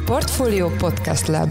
Portfolio Podcast Lab.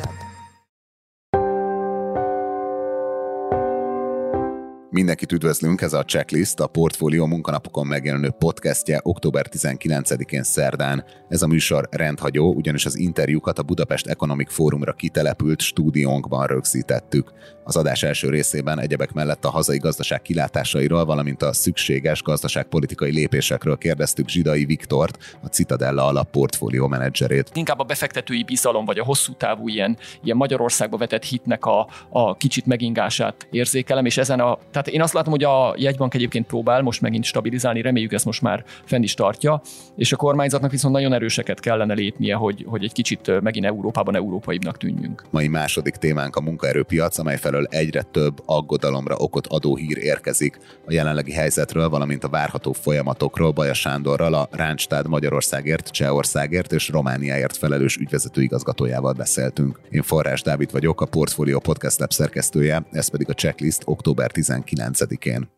Mindenkit üdvözlünk, ez a Checklist, a Portfolio munkanapokon megjelenő podcastje október 19-én szerdán. Ez a műsor rendhagyó, ugyanis az interjúkat a Budapest Economic Forumra kitelepült stúdiónkban rögzítettük. Az adás első részében egyebek mellett a hazai gazdaság kilátásairól, valamint a szükséges gazdaságpolitikai lépésekről kérdeztük Zsidai Viktort, a Citadella alap portfólió menedzserét. Inkább a befektetői bizalom, vagy a hosszú távú ilyen Magyarországba vetett hitnek a kicsit megingását érzékelem, és tehát én azt látom, hogy a jegybank egyébként próbál most megint stabilizálni, reméljük ezt most már fenn is tartja, és a kormányzatnak viszont nagyon erőseket kellene lépnie, hogy egy kicsit megint Európában európaibbnak tűnjünk. Mai második témánk a munkaerőpiac, amely felől egyre több aggodalomra okot adó hír érkezik. A jelenlegi helyzetről, valamint a várható folyamatokról Baja Sándorral, a Randstad Magyarországért, Csehországért és Romániáért felelős ügyvezető igazgatójával beszéltünk. Én Forrás Dávid vagyok, a Portfolio Podcast Lab szerkesztője, ez pedig a Checklist október 19-én.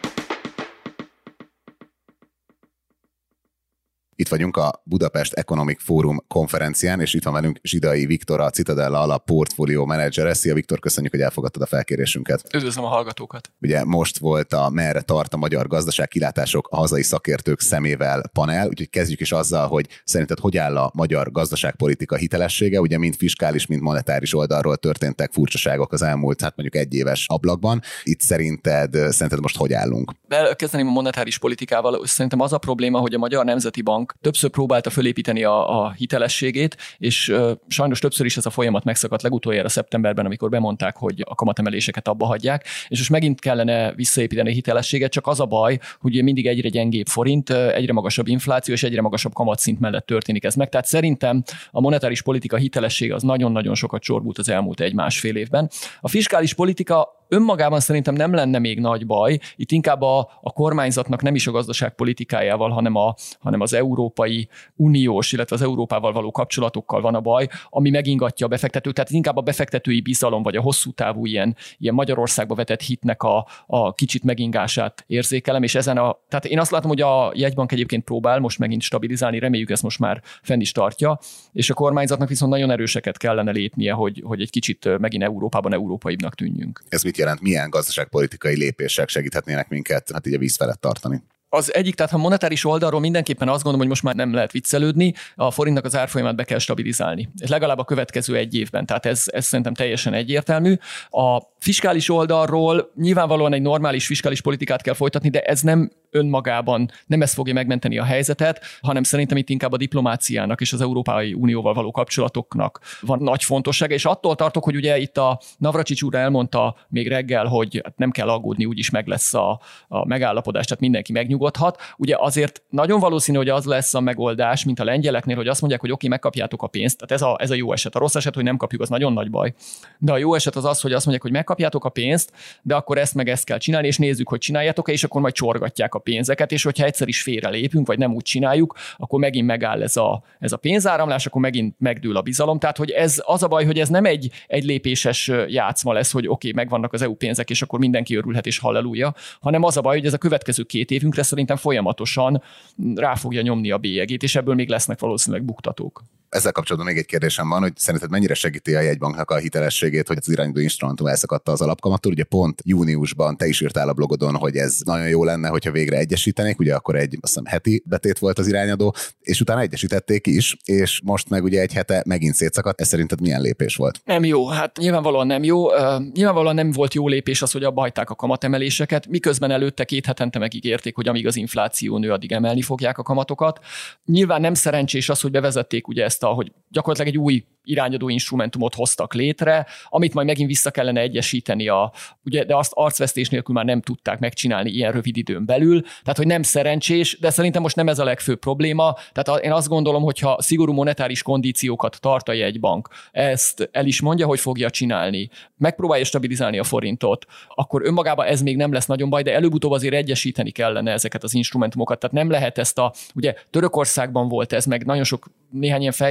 Itt vagyunk a Budapest Economic Forum konferencián, és itt van velünk Zsidai Viktor, a Citadella alap portfólió menedzsere. Szia Viktor, köszönjük, hogy elfogadtad a felkérésünket. Üdvözlöm a hallgatókat. Ugye most volt a Merre tart a magyar gazdaság, kilátások a hazai szakértők szemével panel, úgyhogy kezdjük is azzal, hogy szerinted hogy áll a magyar gazdaságpolitika hitelessége? Ugye mind fiskális, mind monetáris oldalról történtek furcsaságok az elmúlt, mondjuk egyéves ablakban. Itt szerinted most hogy állunk? Kezdeném a monetáris politikával. Szerintem az a probléma, hogy a Magyar Nemzeti Bank többször próbálta fölépíteni a hitelességét, és sajnos többször is ez a folyamat megszakadt, legutoljára szeptemberben, amikor bemondták, hogy a kamatemeléseket abba hagyják, és most megint kellene visszaépíteni a hitelességet, csak az a baj, hogy mindig egyre gyengébb forint, egyre magasabb infláció és egyre magasabb kamatszint mellett történik ez meg. Tehát szerintem a monetáris politika hitelessége az nagyon-nagyon sokat csorbult az elmúlt 1-1,5 évben. A fiskális politika önmagában szerintem nem lenne még nagy baj, itt inkább a kormányzatnak nem is a gazdaságpolitikájával, hanem az Európai Uniós, illetve az Európával való kapcsolatokkal van a baj, ami megingatja a befektetőt, tehát inkább a befektetői bizalom, vagy a hosszú távú ilyen Magyarországba vetett hitnek a kicsit megingását érzékelem, és tehát én azt látom, hogy a jegybank egyébként próbál most megint stabilizálni, reméljük ezt most már fenn is tartja, és a kormányzatnak viszont nagyon erőseket kellene lépnie, hogy egy kicsit megint Európában európaibbnak tűnjünk. Ez mit jelent? Milyen gazdaságpolitikai lépések segíthetnének minket így a víz felett tartani? Az egyik, tehát ha monetáris oldalról mindenképpen azt gondolom, hogy most már nem lehet viccelődni, a forintnak az árfolyamát be kell stabilizálni. Ez legalább a következő 1 évben, tehát ez szerintem teljesen egyértelmű. A fiskális oldalról nyilvánvalóan egy normális fiskális politikát kell folytatni, de ez nem önmagában nem ez fogja megmenteni a helyzetet, hanem szerintem itt inkább a diplomáciának és az Európai Unióval való kapcsolatoknak van nagy fontossága, és attól tartok, hogy ugye itt a Navracsics úr elmondta még reggel, hogy nem kell aggódni, úgyis meg lesz a megállapodás, tehát mindenki megnyugodhat. Ugye azért nagyon valószínű, hogy az lesz a megoldás, mint a lengyeleknél, hogy azt mondják, hogy oké, megkapjátok a pénzt, tehát ez a jó eset. A rossz eset, hogy nem kapjuk, az nagyon nagy baj. De a jó eset az, hogy azt mondják, hogy megkapjátok a pénzt, de akkor ezt meg ezt kell csinálni, és nézzük, hogy csináljátok-e, és akkor majd csorgatják a pénzeket, és hogyha egyszer is félre lépünk, vagy nem úgy csináljuk, akkor megint megáll ez a pénzáramlás, akkor megint megdől a bizalom. Tehát, hogy ez az a baj, hogy ez nem egy lépéses játszma lesz, hogy oké, megvannak az EU pénzek, és akkor mindenki örülhet, és halleluja, hanem az a baj, hogy ez a következő 2 évünkre szerintem folyamatosan rá fogja nyomni a bélyegét, és ebből még lesznek valószínűleg buktatók. Ezzel kapcsolatban még egy kérdésem van, hogy szerinted mennyire segíti a jegybanknak a hitelességét, hogy az irányító instrumentum elszakadta az alapkamattól. Ugye pont júniusban te is írtál a blogodon, hogy ez nagyon jó lenne, hogyha végre egyesítenék, ugye akkor azt hiszem heti betét volt az irányadó, és utána egyesítették is, és most meg ugye egy hete megint szétszakadt. Ez szerinted milyen lépés volt? Nem jó, hát nyilvánvalóan nem jó. Nyilvánvalóan nem volt jó lépés az, hogy abba hagyták a kamatemeléseket, miközben előtte 2 hetente megígérték, hogy amíg az infláció nő, addig emelni fogják a kamatokat. Nyilván nem szerencsés az, hogy bevezették ugye ezt hogy gyakorlatilag egy új irányadó instrumentumot hoztak létre, amit majd megint vissza kellene egyesíteni, de azt arcvesztés nélkül már nem tudták megcsinálni ilyen rövid időn belül, tehát hogy nem szerencsés, de szerintem most nem ez a legfőbb probléma. Tehát én azt gondolom, hogy ha szigorú monetáris kondíciókat tart a jegybank, ezt el is mondja, hogy fogja csinálni, megpróbálja stabilizálni a forintot, akkor önmagában ez még nem lesz nagyon baj, de előbb-utóbb azért egyesíteni kellene ezeket az instrumentumokat. Tehát nem lehet ezt ugye Törökországban volt ez, meg nagyon sok néhány ilyen fejlődő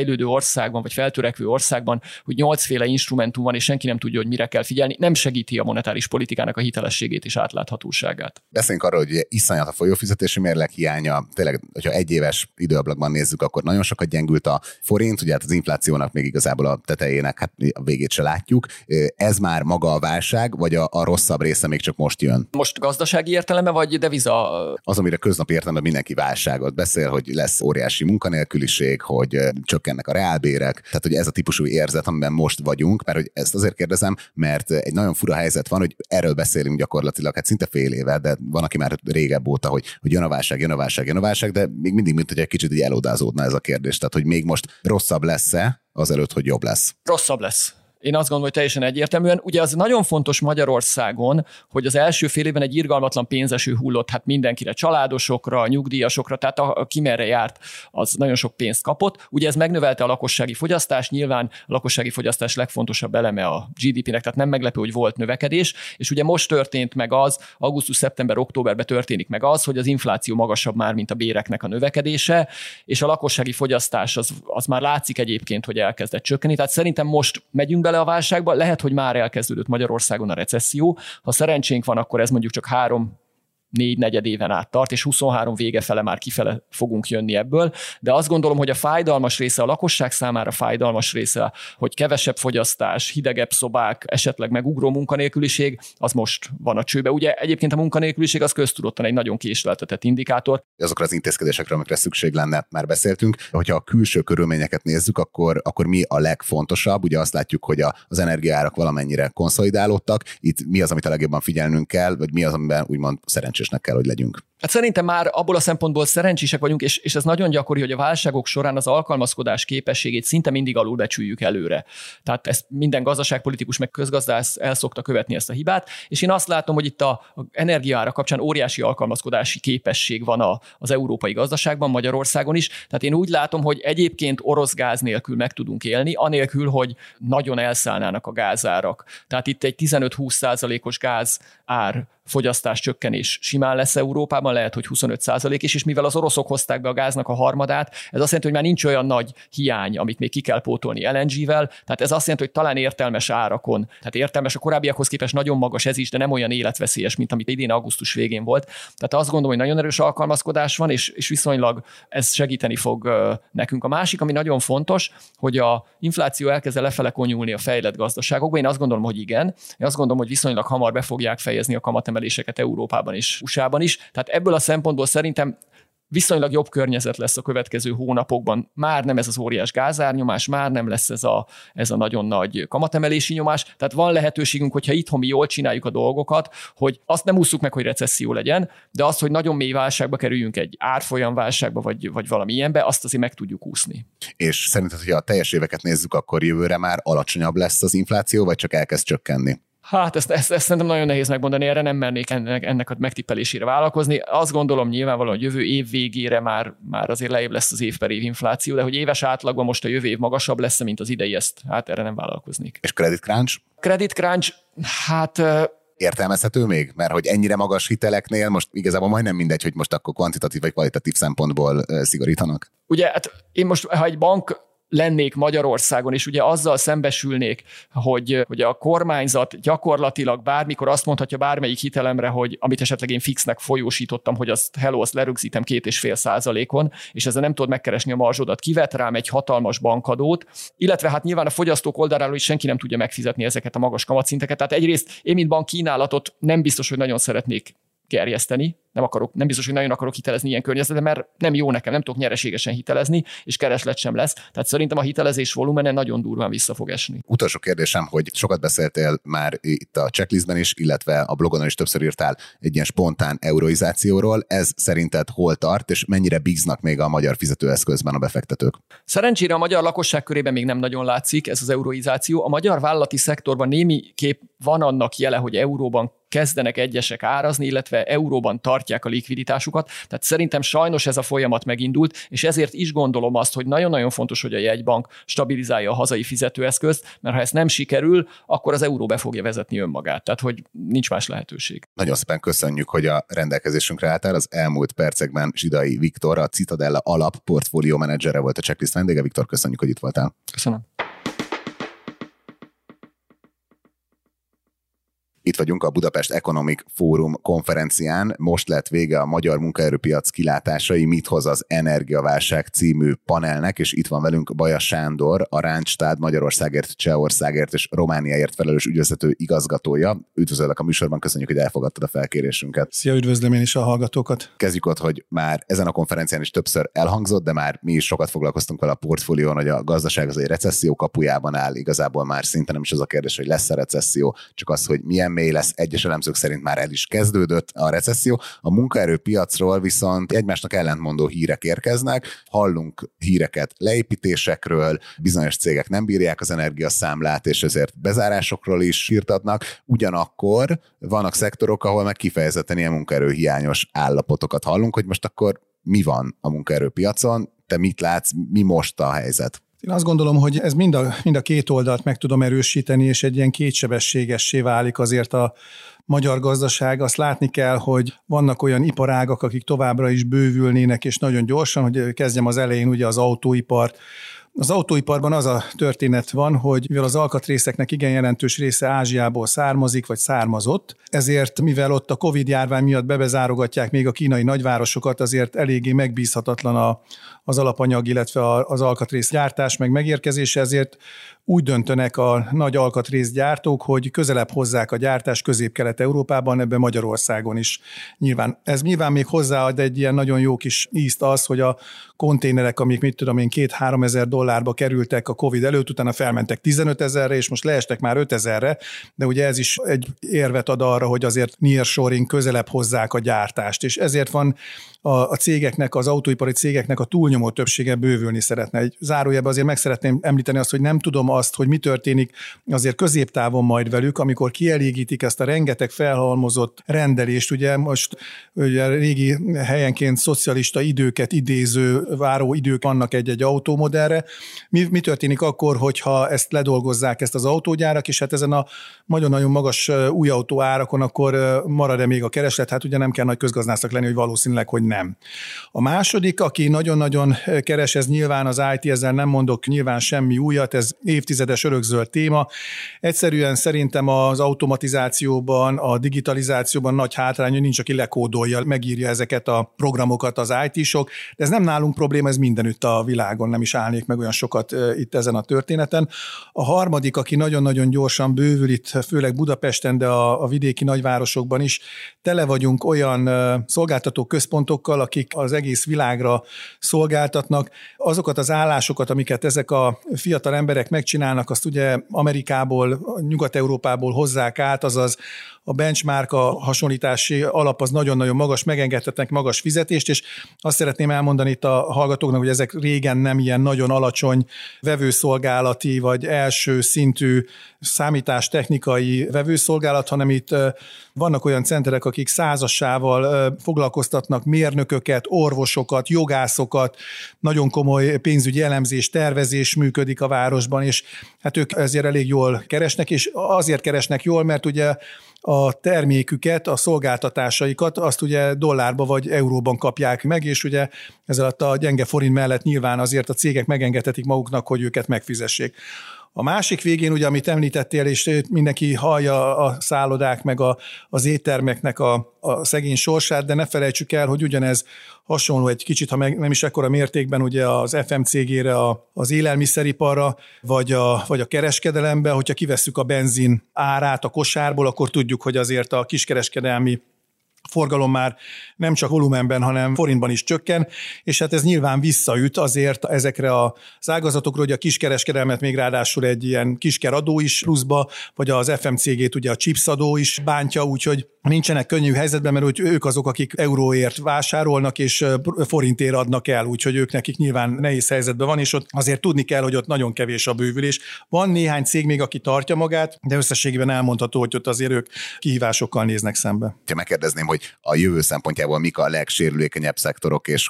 országban, vagy feltörekvő országban, hogy 8 féle instrumentum van, és senki nem tudja, hogy mire kell figyelni, nem segíti a monetáris politikának a hitelességét és átláthatóságát. Beszéljünk arról, hogy iszonyat a folyófizetési mérleg hiánya. Tényleg, hogyha egy éves időablakban nézzük, akkor nagyon sokat gyengült a forint, ugye hát az inflációnak még igazából a tetejének hát a végét se látjuk. Ez már maga a válság, vagy a rosszabb része még csak most jön? Most gazdasági értelemben, vagy deviza? Az, amire köznapi értelemben mindenki válságot beszél, hogy lesz óriási munkanélküliség, hogy csökkennek a reálbérek, tehát hogy ez a típusú érzet, amiben most vagyunk, mert hogy ezt azért kérdezem, mert egy nagyon fura helyzet van, hogy erről beszélünk gyakorlatilag, hát szinte fél éve, de van, aki már régebb óta, hogy jön a válság, de még mindig, mint hogy egy kicsit így elodázódna ez a kérdés, tehát hogy még most rosszabb lesz-e azelőtt, hogy jobb lesz? Rosszabb lesz. Én azt gondolom, hogy teljesen egyértelműen. Ugye az nagyon fontos Magyarországon, hogy az első fél évben egy irgalmatlan pénzeső hullott hát mindenkire, családosokra, nyugdíjasokra, tehát aki merre járt, az nagyon sok pénzt kapott. Ugye ez megnövelte a lakossági fogyasztást, nyilván a lakossági fogyasztás legfontosabb eleme a GDP-nek, tehát nem meglepő, hogy volt növekedés, és ugye most történt meg az, augusztus, szeptember, októberben történik meg az, hogy az infláció magasabb már, mint a béreknek a növekedése, és a lakossági fogyasztás az már látszik egyébként, hogy elkezdett csökkenni. Tehát szerintem most megyünk bele a válságba, lehet, hogy már elkezdődött Magyarországon a recesszió. Ha szerencsénk van, akkor ez mondjuk csak 3-4 negyed éven át tart, és 23 vége fele már kifele fogunk jönni ebből. De azt gondolom, hogy a fájdalmas része, a lakosság számára fájdalmas része, hogy kevesebb fogyasztás, hidegebb szobák, esetleg megugró munkanélküliség, az most van a csőbe. Ugye egyébként a munkanélküliség az köztudottan egy nagyon késleltetett indikátor. Azokra az intézkedésekre, amikre szükség lenne, már beszéltünk. Hogyha a külső körülményeket nézzük, akkor mi a legfontosabb? Ugye azt látjuk, hogy az energiaárak valamennyire konszolidálódtak. Itt mi az, amit a legjobban figyelnünk kell, vagy mi az, amiben úgymond szerencsésnek kell, hogy legyünk? Hát szerintem már abból a szempontból szerencsések vagyunk, és ez nagyon gyakori, hogy a válságok során az alkalmazkodás képességét szinte mindig alulbecsüljük előre. Tehát ezt minden gazdaságpolitikus meg közgazdász el szokta követni ezt a hibát, és én azt látom, hogy itt az energiaára kapcsán óriási alkalmazkodási képesség van az európai gazdaságban, Magyarországon is. Tehát én úgy látom, hogy egyébként orosz gáz nélkül meg tudunk élni, anélkül, hogy nagyon elszállnának a gázárak. Tehát itt egy 15-20%-os gáz ár fogyasztás csökkenés simán lesz Európában, lehet, hogy 25% is, és mivel az oroszok hozták be a gáznak a harmadát, ez azt jelenti, hogy már nincs olyan nagy hiány, amit még ki kell pótolni LNG-vel, tehát ez azt jelenti, hogy talán értelmes árakon, tehát értelmes a korábbiakhoz képest nagyon magas ez is, de nem olyan életveszélyes, mint amit idén augusztus végén volt. Tehát azt gondolom, hogy nagyon erős alkalmazkodás van, és viszonylag ez segíteni fog nekünk. A másik, ami nagyon fontos, hogy a infláció elkezd lefele konyulni a fejlett gazdaságokban. Én azt gondolom, hogy igen. Én azt gondolom, hogy viszonylag hamar be fogják fejezni a kamatemeléseket Európában és USA-ban is. Tehát ebből a szempontból szerintem viszonylag jobb környezet lesz a következő hónapokban. Már nem ez az óriás gázárnyomás, már nem lesz ez a nagyon nagy kamatemelési nyomás. Tehát van lehetőségünk, hogyha itthon mi jól csináljuk a dolgokat, hogy azt nem ússzuk meg, hogy recesszió legyen, de azt, hogy nagyon mély válságba kerüljünk, egy árfolyamválságba, vagy valami ilyenbe, azt azért meg tudjuk úszni. És szerinted, hogyha a teljes éveket nézzük, akkor jövőre már alacsonyabb lesz az infláció, vagy csak elkezd csökkenni? Hát ezt szerintem nagyon nehéz megmondani, erre nem mernék ennek a megtippelésére vállalkozni. Azt gondolom nyilvánvalóan, hogy jövő év végére már azért lejjebb lesz az év per év infláció, de hogy éves átlagban most a jövő év magasabb lesz, mint az idei, hát erre nem vállalkoznék. És credit crunch? Credit crunch, hát... Értelmezhető még? Mert hogy ennyire magas hiteleknél most igazából majdnem mindegy, hogy most akkor kvantitatív vagy kvalitatív szempontból szigorítanak. Ugye, hát én most, ha egy bank lennék Magyarországon, és ugye azzal szembesülnék, hogy a kormányzat gyakorlatilag bármikor azt mondhatja bármelyik hitelemre, hogy amit esetleg én fixnek folyósítottam, hogy azt lerögzítem 2,5%-on, és ezzel nem tudod megkeresni a marzsodat, kivet rám egy hatalmas bankadót, illetve hát nyilván a fogyasztók oldaláról is senki nem tudja megfizetni ezeket a magas kamatszinteket. Tehát egyrészt én, mint bank kínálatot nem biztos, hogy nagyon szeretnék gerjeszteni, nem biztos, hogy nagyon akarok hitelezni ilyen környezetben, mert nem jó nekem, nem tudok nyereségesen hitelezni, és kereslet sem lesz. Tehát szerintem a hitelezés volumene nagyon durván vissza fog esni. Utolsó kérdésem, hogy sokat beszéltél már itt a checklistben is, illetve a blogon is többször írtál egy ilyen spontán euroizációról. Ez szerinted hol tart, és mennyire bíznak még a magyar fizetőeszközben a befektetők? Szerencsére a magyar lakosság körében még nem nagyon látszik ez az euroizáció. A magyar vállalati szektorban némiképp van annak jele, hogy euróban kezdenek egyesek árazni, illetve euróban tartják tartják a likviditásukat. Tehát szerintem sajnos ez a folyamat megindult, és ezért is gondolom azt, hogy nagyon-nagyon fontos, hogy a jegybank stabilizálja a hazai fizetőeszközt, mert ha ez nem sikerül, akkor az euró be fogja vezetni önmagát. Tehát, hogy nincs más lehetőség. Nagyon szépen köszönjük, hogy a rendelkezésünkre álltál. Az elmúlt percekben Zsidai Viktor, a Citadella alap portfólió menedzsere volt a Checklist vendége. Viktor, köszönjük, hogy itt voltál. Köszönöm. Itt vagyunk a Budapest Economic Forum konferencián. Most lett vége a magyar munkaerőpiac kilátásai, mit hoz az energiaválság című panelnek, és itt van velünk Baja Sándor, a Randstad Magyarországért, Csehországért és Romániáért felelős ügyvezető igazgatója. Üdvözöllek a műsorban, köszönjük, hogy elfogadtad a felkérésünket. Szia, üdvözlöm én is a hallgatókat. Kezdjük ott, hogy már ezen a konferencián is többször elhangzott, de már mi is sokat foglalkoztunk vele a portfólión, hogy a gazdaság az egy recesszió kapujában áll. Igazából már szinte nem is az a kérdés, hogy lesz-e recesszió, csak az, hogy milyen mély lesz. Egyes elemzők szerint már el is kezdődött a recesszió. A munkaerőpiacról viszont egymásnak ellentmondó hírek érkeznek. Hallunk híreket leépítésekről, bizonyos cégek nem bírják az energiaszámlát, és ezért bezárásokról is hirtatnak. Ugyanakkor vannak szektorok, ahol meg kifejezetten ilyen munkaerőhiányos állapotokat hallunk, hogy most akkor mi van a munkaerőpiacon, te mit látsz, mi most a helyzet? Én azt gondolom, hogy ez mind a két oldalt meg tudom erősíteni, és egy ilyen kétsebességessé válik azért a magyar gazdaság. Azt látni kell, hogy vannak olyan iparágak, akik továbbra is bővülnének, és nagyon gyorsan, hogy kezdjem az elején ugye az autóipart. Az autóiparban az a történet van, hogy mivel az alkatrészeknek igen jelentős része Ázsiából származik, vagy származott, ezért mivel ott a Covid-járvány miatt bebezárogatják még a kínai nagyvárosokat, azért eléggé megbízhatatlan az alapanyag, illetve az alkatrészgyártás meg megérkezése, ezért úgy döntenek a nagy alkatrészgyártók, hogy közelebb hozzák a gyártást Közép-Kelet-Európában, ebben Magyarországon is nyilván. Ez nyilván még hozzáad egy ilyen nagyon jó kis ízt az, hogy a konténerek, amik 2-3 ezer dollárba kerültek a Covid előtt, utána felmentek 15 ezerre, és most leestek már 5 ezerre, de ugye ez is egy érvet ad arra, hogy azért nearshoring közelebb hozzák a gyártást, és ezért van a cégeknek, az autóipari cégeknek a túlnyomó többsége bővülni szeretne. Egy zárójelben azért meg szeretném említeni azt, hogy nem tudom azt, hogy mi történik azért középtávon majd velük, amikor kielégítik ezt a rengeteg felhalmozott rendelést. Ugye most ugye régi helyenként szocialista időket idéző váróidők vannak egy-egy autómodellre. Mi történik akkor, hogyha ezt ledolgozzák, ezt az autógyárak, és hát ezen a nagyon-nagyon magas új autó árakon akkor marad-e még a kereslet? Hát ugye nem kell nagy közgazdásznak lenni, hogy valószínűleg, hogy nem. A második, aki nagyon-nagyon keres, ez nyilván az IT, ezzel nem mondok nyilván semmi újat, ez évtizedes örökzöld téma. Egyszerűen szerintem az automatizációban, a digitalizációban nagy hátrány, hogy nincs, aki lekódolja, megírja ezeket a programokat az IT-sok, de ez nem nálunk probléma, ez mindenütt a világon, nem is állnék meg olyan sokat itt ezen a történeten. A harmadik, aki nagyon-nagyon gyorsan bővül itt, főleg Budapesten, de a vidéki nagyvárosokban is, tele vagyunk olyan szolgáltató központokkal, akik az egész világra szolgáltatnak. Azokat az állásokat, amiket ezek a fiatal emberek megcsinálnak, azt ugye Amerikából, Nyugat-Európából hozzák át, azaz a benchmark, a hasonlítási alap az nagyon-nagyon magas, megengedhetnek magas fizetést, és azt szeretném elmondani itt a hallgatóknak, hogy ezek régen nem ilyen nagyon alacsony vevőszolgálati, vagy első szintű számítástechnikai vevőszolgálat, hanem itt vannak olyan centerek, akik százasával foglalkoztatnak mérnököket, orvosokat, jogászokat, nagyon komoly pénzügyi elemzés, tervezés működik a városban, és hát ők ezért elég jól keresnek, és azért keresnek jól, mert ugye a terméküket, a szolgáltatásaikat azt ugye dollárba vagy euróban kapják meg, és ugye ezzel a gyenge forint mellett nyilván azért a cégek megengedhetik maguknak, hogy őket megfizessék. A másik végén, ugye, amit említettél, és mindenki hallja a szállodák meg az éttermeknek a szegény sorsát, de ne felejtsük el, hogy ugyanez hasonló egy kicsit, ha nem is ekkora mértékben ugye az FMCG-re, az élelmiszeriparra, vagy a kereskedelembe, hogyha kivesszük a benzin árát a kosárból, akkor tudjuk, hogy azért a kiskereskedelmi forgalom már nem csak volumenben, hanem forintban is csökken, és hát ez nyilván visszaüt azért ezekre az ágazatokra, hogy a kiskereskedelmet még ráadásul egy ilyen kiskeradó is pluszba, vagy az FMCG-t ugye a chipsadó is bántja, úgyhogy nincsenek könnyű helyzetben, mert ők azok, akik euróért vásárolnak, és forintért adnak el, úgyhogy ők nekik nyilván nehéz helyzetben van, és ott azért tudni kell, hogy ott nagyon kevés a bővülés. Van néhány cég még, aki tartja magát, de összességében elmondható, hogy ott azért ők kihívásokkal néznek szembe. Ha megkérdezném, hogy a jövő szempontjából mik a legsérülékenyebb szektorok, és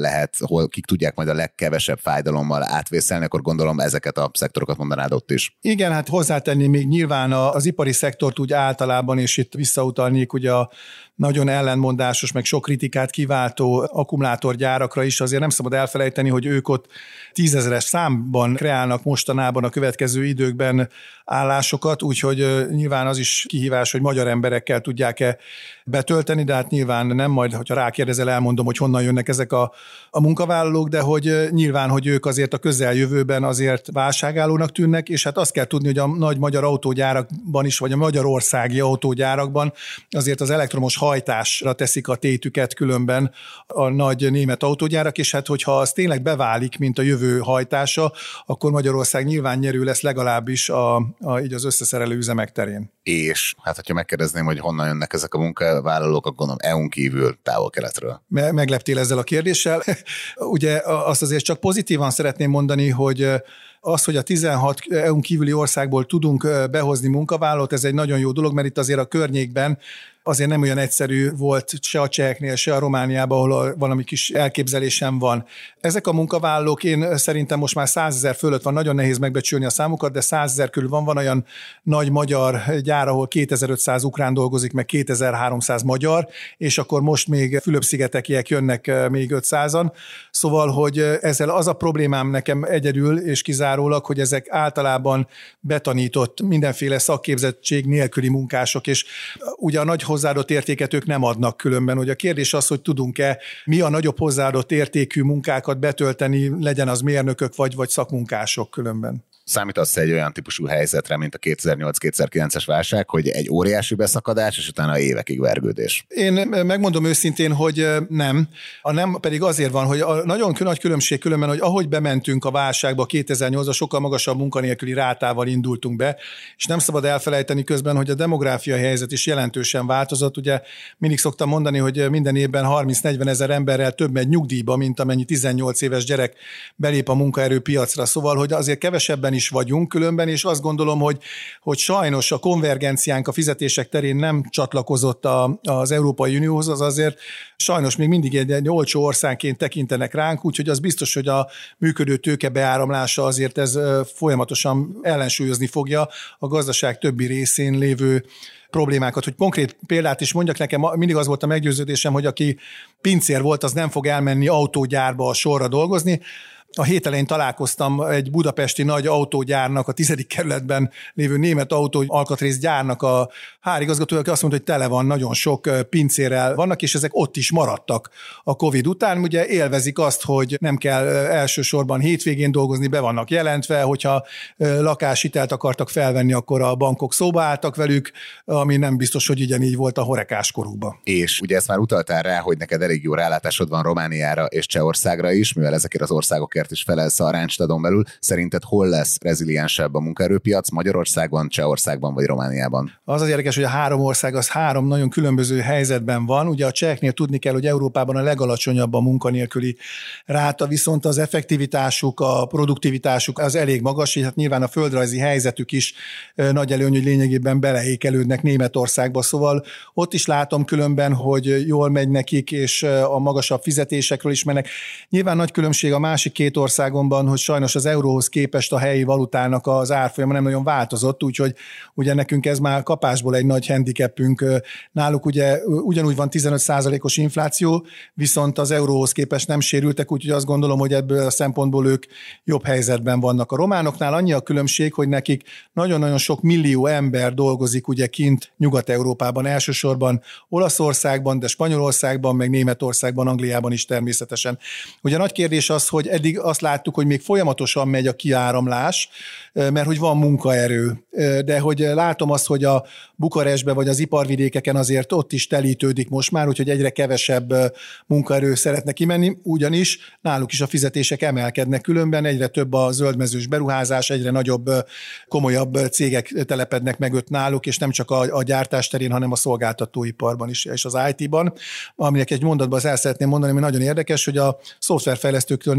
hol kik tudják majd a legkevesebb fájdalommal átvészelni, akkor gondolom ezeket a szektorokat mondanád ott is. Igen, hát hozzátenni még nyilván az ipari szektort úgy általában, és itt visszautalnék ugye a nagyon ellenmondásos, meg sok kritikát kiváltó akkumulátorgyárakra is, azért nem szabad elfelejteni, hogy ők ott 10 000-es számban kreálnak mostanában a következő időkben állásokat, úgyhogy nyilván az is kihívás, hogy magyar emberekkel tudják-e betölteni, de hát nyilván nem, majd, hogyha rákérdezel, elmondom, hogy honnan jönnek ezek a munkavállalók, de hogy nyilván, hogy ők azért a közeljövőben azért válságállónak tűnnek, és hát azt kell tudni, hogy a nagy magyar autógyárakban is, vagy a magyarországi autógyárakban azért az elektromos hajtásra teszik a tétüket különben a nagy német autógyárak, és hát hogyha az tényleg beválik, mint a jövő hajtása, akkor Magyarország nyilván nyerő lesz legalábbis így az összeszerelő üzemek terén. És hát, hogyha megkérdezném, hogy honnan jönnek ezek a munkavállalók, akkor gondolom EU-n kívül, távol-keletről. Megleptél ezzel a kérdéssel. Ugye azt azért csak pozitívan szeretném mondani, hogy az, hogy a 16 EU-n kívüli országból tudunk behozni munkavállalót, ez egy nagyon jó dolog, mert itt azért a környékben azért nem olyan egyszerű volt se a cseheknél, se a Romániában, ahol valami kis elképzelésem van. Ezek a munkavállalók, én szerintem most már 100 000 fölött van, nagyon nehéz megbecsülni a számokat, de 100 000 körül van olyan nagy magyar gyár, ahol 2500 ukrán dolgozik, meg 2300 magyar, és akkor most még Fülöp-szigetekiek jönnek még 500-an. Szóval, hogy ezzel az a problémám nekem egyedül és kizárólag, hogy ezek általában betanított, mindenféle szakképzettség nélküli munkások, és ugye a nagy hozzáadott értéket ők nem adnak különben. Hogy a kérdés az, hogy tudunk-e mi a nagyobb hozzáadott értékű munkákat betölteni, legyen az mérnökök vagy szakmunkások különben. Számítasz egy olyan típusú helyzetre, mint a 2008-2009-es válság, hogy egy óriási beszakadás, és utána évekig vergődés? Én megmondom őszintén, hogy nem. A nem pedig azért van, hogy a nagyon nagy különbség különben, hogy ahogy bementünk a válságba 2008-ban, sokkal magasabb munkanélküli rátával indultunk be, és nem szabad elfelejteni közben, hogy a demográfiai helyzet is jelentősen változott. Ugye mindig szoktam mondani, hogy minden évben 30-40 ezer emberrel több megy nyugdíjba, mint amennyi 18 éves gyerek belép a munkaerőpiacra. Szóval, hogy azért kevesebben is vagyunk különben, és azt gondolom, hogy sajnos a konvergenciánk a fizetések terén nem csatlakozott az Európai Unióhoz, az azért sajnos még mindig egy olcsó országként tekintenek ránk, úgyhogy az biztos, hogy a működő tőke beáramlása azért ez folyamatosan ellensúlyozni fogja a gazdaság többi részén lévő problémákat. Hogy konkrét példát is mondjak, nekem mindig az volt a meggyőződésem, hogy aki pincér volt, az nem fog elmenni autógyárba a sorra dolgozni. A hét elején találkoztam egy budapesti nagy autógyárnak, a 10. kerületben lévő német autó alkatrészgyárnak a hárigazgatója, aki azt mondta, hogy tele van, nagyon sok pincérrel vannak, és ezek ott is maradtak a Covid után. Ugye élvezik azt, hogy nem kell elsősorban hétvégén dolgozni, be vannak jelentve, hogyha lakáshitelt akartak felvenni, akkor a bankok szóba álltak velük, ami nem biztos, hogy így volt a horekás korukban. És ugye ezt már utaltál rá, hogy neked elég jó rálátásod van Romániára és Csehországra is, mivel ezekért az országokért is felelsz a Randstadon belül. Szerinted hol lesz reziliensebb a munkaerőpiac? Magyarországon, Csehországban vagy Romániában? Az érdekes, hogy a három ország az három nagyon különböző helyzetben van. Ugye a cseheknél tudni kell, hogy Európában a legalacsonyabb a munkanélküli ráta, viszont az effektivitásuk, a produktivitásuk az elég magas, és hát nyilván a földrajzi helyzetük is nagy előny, hogy lényegében beleékelődnek Németországba. Szóval ott is látom különben, hogy jól megy nekik, és a magasabb fizetésekről is mennek. Nyilván nagy különbség a másik két országomban, hogy sajnos az euróhoz képest a helyi valutának az árfolyama nem nagyon változott, úgyhogy ugye nekünk ez már kapásból egy nagy handicapünk. Náluk ugye ugyanúgy van 15%-os infláció, viszont az euróhoz képest nem sérültek, úgyhogy azt gondolom, hogy ebből a szempontból ők jobb helyzetben vannak. A románoknál annyi a különbség, hogy nekik nagyon-nagyon sok millió ember dolgozik ugye kint Nyugat-Európában, elsősorban Olaszországban, de Spanyolországban, meg Németországban, Angliában is természetesen. Ugye a nagy kérdés az, hogy eddig azt láttuk, hogy még folyamatosan megy a kiáramlás, mert hogy van munkaerő. De hogy látom azt, hogy a Bukarestbe vagy az iparvidékeken azért ott is telítődik most már, úgyhogy egyre kevesebb munkaerő szeretne kimenni, ugyanis náluk is a fizetések emelkednek, különben egyre több a zöldmezős beruházás, egyre nagyobb, komolyabb cégek telepednek meg ott náluk, és nem csak a gyártás terén, hanem a szolgáltatóiparban is, és az IT-ban. Aminek egy mondatban azt el szeretném mondani, ami nagyon érdekes, hogy a szoftverfejlesztőktől nem kérnek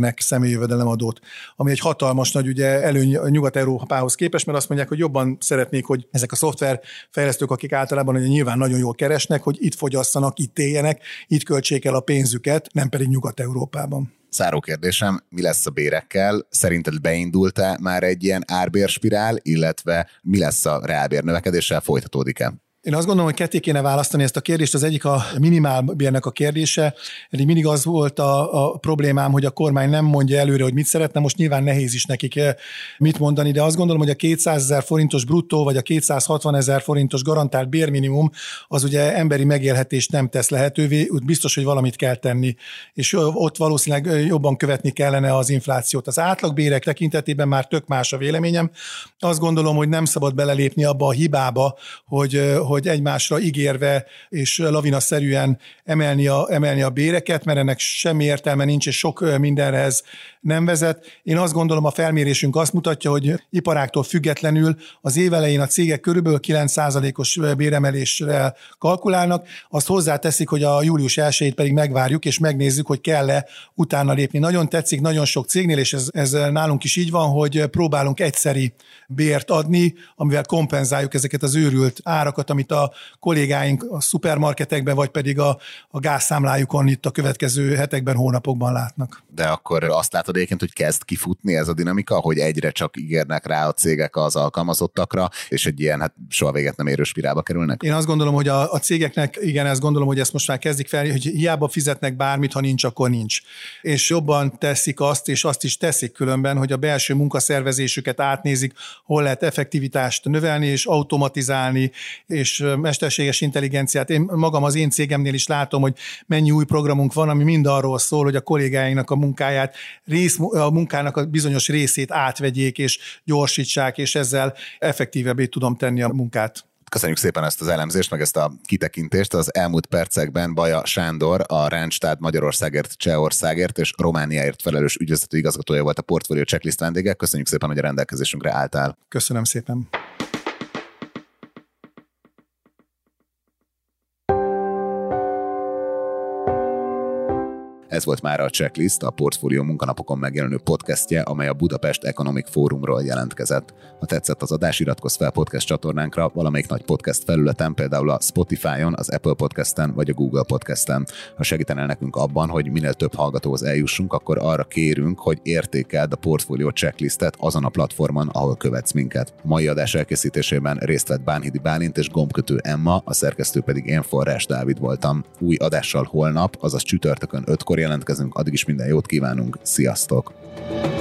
fizetnek személyjövedelemadót, ami egy hatalmas nagy ugye előny Nyugat-Európához képest, mert azt mondják, hogy jobban szeretnék, hogy ezek a szoftverfejlesztők, akik általában ugye nyilván nagyon jól keresnek, hogy itt fogyasszanak, itt éljenek, itt költsék el a pénzüket, nem pedig Nyugat-Európában. Záró kérdésem, mi lesz a bérekkel? Szerinted beindult-e már egy ilyen árbérspirál, illetve mi lesz a reálbérnövekedéssel, folytatódik-e? Én azt gondolom, hogy ketté kéne választani ezt a kérdést. Az egyik a minimálbérnek a kérdése. Eddig mindig az volt a problémám, hogy a kormány nem mondja előre, hogy mit szeretne. Most nyilván nehéz is nekik mit mondani, de azt gondolom, hogy a 200 000 forintos bruttó, vagy a 260 000 forintos garantált bérminimum, az ugye emberi megélhetést nem tesz lehetővé. Úgy biztos, hogy valamit kell tenni. És ott valószínűleg jobban követni kellene az inflációt. Az átlagbérek tekintetében már tök más a véleményem. Azt gondolom, hogy nem szabad belelépni abba a hibába, hogy egymásra ígérve és lavinaszerűen emelni a béreket, mert ennek semmi értelme nincs, és sok mindenhez nem vezet. Én azt gondolom, a felmérésünk azt mutatja, hogy iparágtól függetlenül az év elején a cégek körülbelül 9%-os béremelésre kalkulálnak, azt hozzáteszik, hogy a július 1-ét pedig megvárjuk, és megnézzük, hogy kell-e utána lépni. Nagyon tetszik, nagyon sok cégnél, és ez nálunk is így van, hogy próbálunk egyszeri bért adni, amivel kompenzáljuk ezeket az őrült árakat, amit a kollégáink a szupermarketekben, vagy pedig a gázszámlájukon itt a következő hetekben, hónapokban látnak. De akkor azt látod egyébként, hogy kezd kifutni ez a dinamika, hogy egyre csak ígérnek rá a cégek az alkalmazottakra, és egy ilyen soha véget nem érő spirálba kerülnek? Én azt gondolom, hogy a cégeknek, igen, azt gondolom, hogy ezt most már kezdik fel, hogy hiába fizetnek bármit, ha nincs, akkor nincs. És jobban teszik azt, és azt is teszik különben, hogy a belső munkaszervezésüket átnézik, hol lehet effektivitást növelni, és automatizálni, és mesterséges intelligenciát. Én magam az én cégemnél is látom, hogy mennyi új programunk van, ami mind arról szól, hogy a kollégáinknak a munkáját, a munkának a bizonyos részét átvegyék, és gyorsítsák, és ezzel effektívebbé tudom tenni a munkát. Köszönjük szépen ezt az elemzést, meg ezt a kitekintést. Az elmúlt percekben Baja Sándor, a Randstad Magyarországért, Csehországért és Romániáért felelős ügyvezető igazgatója volt a Portfolio Checklist vendége. Köszönjük szépen, hogy a rendelkezésünkre álltál. Köszönöm szépen. Ez volt már a Checklist, a Portfolio munkanapokon megjelenő podcastje, amely a Budapest Economic Forumról jelentkezett. Ha tetszett az adás, iratkozz fel podcast csatornánkra valamelyik nagy podcast felületen, például a Spotify-on, az Apple Podcasten vagy a Google Podcasten. Ha segítenél nekünk abban, hogy minél több hallgatóhoz eljussunk, akkor arra kérünk, hogy értékeld a Portfolio Checklistet azon a platformon, ahol követsz minket. A mai adás elkészítésében részt vett Bánhidi Bálint és gombkötő Emma, a szerkesztő pedig én, Forrás Dávid voltam. Új adással holnap, azaz csütörtökön 5-kor jelentkezünk, addig is minden jót kívánunk, sziasztok!